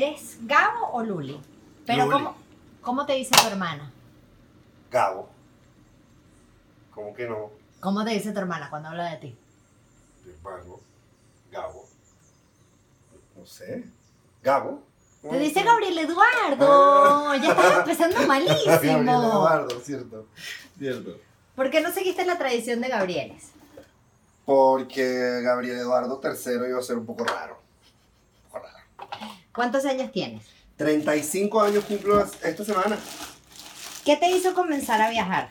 ¿eres Gabo o Luli? Pero Luli. ¿cómo te dice tu hermana? Gabo. ¿Cómo que no? ¿Cómo te dice tu hermana cuando habla de ti? Hermano. Gabo. No sé. Gabo. Te dice Gabriel Eduardo. Ya estás empezando Gabriel malísimo. Eduardo, cierto. ¿Por qué no seguiste la tradición de Gabrieles? Porque Gabriel Eduardo III iba a ser un poco raro. ¿Cuántos años tienes? 35 años cumplo esta semana. ¿Qué te hizo comenzar a viajar?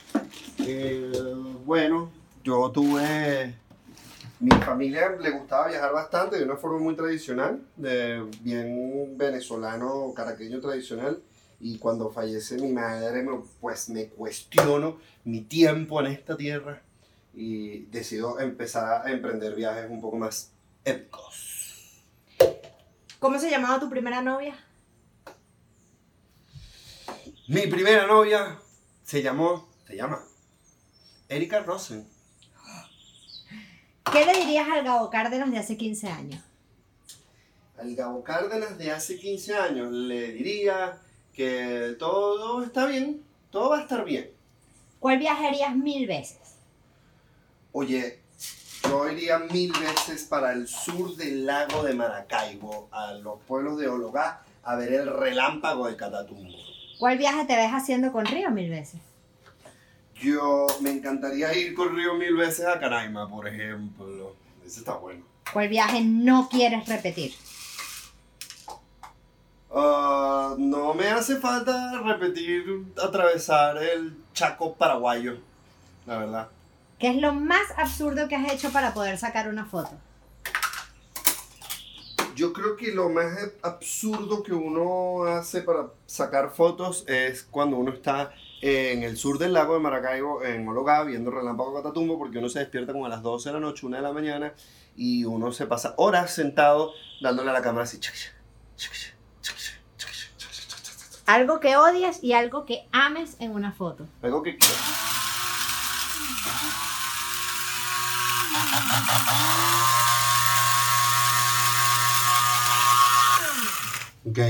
Bueno, yo tuve... Mi familia le gustaba viajar bastante de una forma muy tradicional, de bien venezolano, caraqueño tradicional. Y cuando fallece mi madre, pues me cuestiono mi tiempo en esta tierra y decido empezar a emprender viajes un poco más épicos. ¿Cómo se llamaba tu primera novia? Mi primera novia se llama Erika Rosen. ¿Qué le dirías al Gabo Cárdenas de hace 15 años? Al Gabo Cárdenas de hace 15 años le diría que todo está bien, todo va a estar bien. ¿Cuál viajarías 1000 veces? Oye, yo iría 1000 veces para el sur del lago de Maracaibo, a los pueblos de Ologá, a ver el relámpago de Catatumbo. ¿Cuál viaje te ves haciendo con Río 1000 veces? Yo me encantaría ir con Río 1000 veces a Canaima, por ejemplo. Ese está bueno. ¿Cuál viaje no quieres repetir? No me hace falta repetir, atravesar el Chaco paraguayo, la verdad. ¿Qué es lo más absurdo que has hecho para poder sacar una foto? Yo creo que lo más absurdo que uno hace para sacar fotos es cuando uno está en el sur del lago de Maracaibo, en Ologá, viendo el relámpago de Catatumbo, porque uno se despierta como a las 12 de la noche, 1 de la mañana, y uno se pasa horas sentado dándole a la cámara así. Algo que odies y algo que ames en una foto. Algo que... Ok.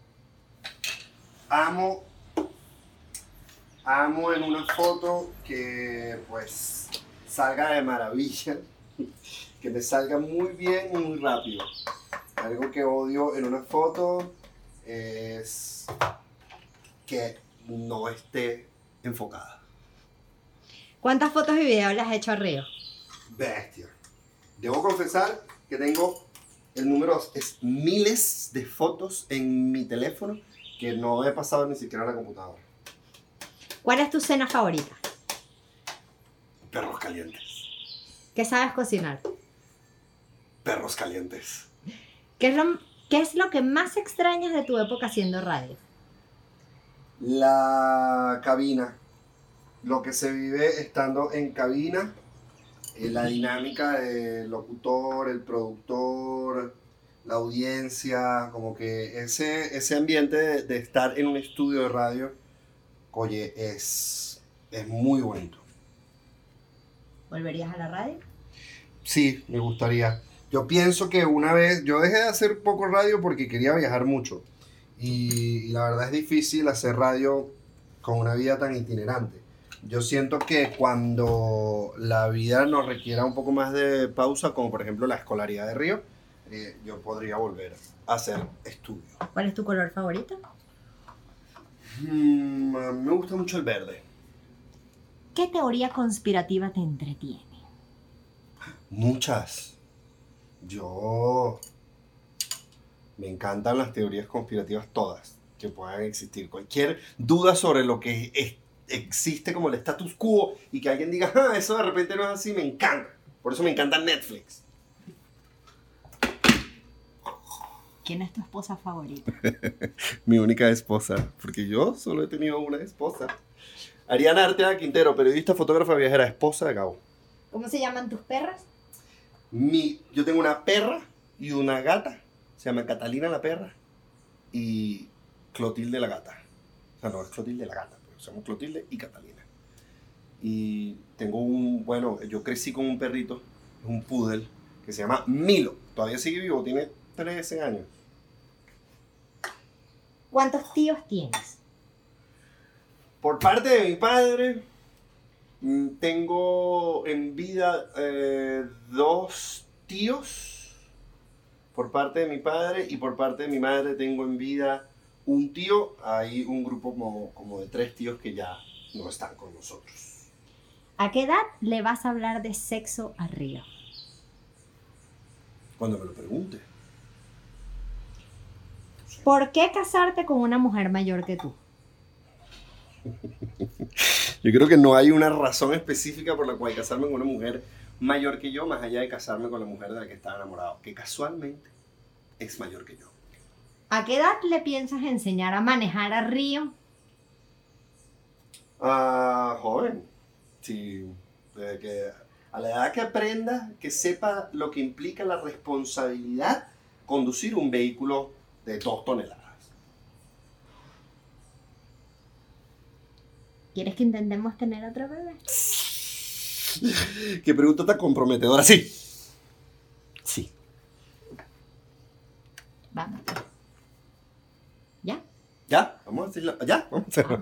Amo en una foto que pues salga de maravilla, que me salga muy bien y muy rápido. Algo que odio en una foto es que no esté enfocada. ¿Cuántas fotos y videos le has hecho a Río? Bestia. Debo confesar que tengo el número es miles de fotos en mi teléfono que no he pasado ni siquiera a la computadora. ¿Cuál es tu cena favorita? Perros calientes. ¿Qué sabes cocinar? Perros calientes. ¿Qué es lo que más extrañas de tu época haciendo radio? La cabina. Lo que se vive estando en cabina. La dinámica del locutor, el productor, la audiencia. Como que ese ambiente de estar en un estudio de radio, oye, es muy bonito. ¿Volverías a la radio? Sí, me gustaría. Yo pienso que una vez, yo dejé de hacer poco radio porque quería viajar mucho. Y la verdad es difícil hacer radio con una vida tan itinerante. Yo siento que cuando la vida nos requiera un poco más de pausa, como por ejemplo la escolaridad de Río, yo podría volver a hacer estudio. ¿Cuál es tu color favorito? Me gusta mucho el verde. ¿Qué teoría conspirativa te entretiene? Muchas. Me encantan las teorías conspirativas todas que puedan existir. Cualquier duda sobre lo que existe como el status quo y que alguien diga, eso de repente no es así, me encanta. Por eso me encanta Netflix. ¿Quién es tu esposa favorita? Mi única esposa, porque yo solo he tenido una esposa. Ariana Arteaga Quintero, periodista, fotógrafa, viajera, esposa de Gabo. ¿Cómo se llaman tus perras? Yo tengo una perra y una gata. Se llama Catalina la perra y Clotilde la gata. O sea, no es Clotilde la gata, pero se llama Clotilde y Catalina. Y tengo yo crecí con un perrito, un poodle, que se llama Milo. Todavía sigue vivo, tiene 13 años. ¿Cuántos tíos tienes? Por parte de mi padre, tengo en vida 2 tíos. Por parte de mi padre y por parte de mi madre tengo en vida un tío. Hay un grupo como de 3 tíos que ya no están con nosotros. ¿A qué edad le vas a hablar de sexo a Río? Cuando me lo pregunte. ¿Por qué casarte con una mujer mayor que tú? Yo creo que no hay una razón específica por la cual casarme con una mujer mayor que yo, más allá de casarme con la mujer de la que estaba enamorado, que casualmente es mayor que yo. ¿A qué edad le piensas enseñar a manejar a Río? Joven. Sí, desde que a la edad que aprenda, que sepa lo que implica la responsabilidad conducir un vehículo de 2 toneladas. ¿Quieres que intentemos tener otro bebé? Qué pregunta tan comprometedora. Sí. Sí. Vamos. ¿Ya? ¿Ya? Vamos a decirlo. ¿Ya? Vamos a hacerlo.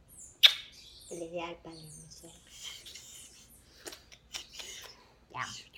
El ideal para el museo. Ya.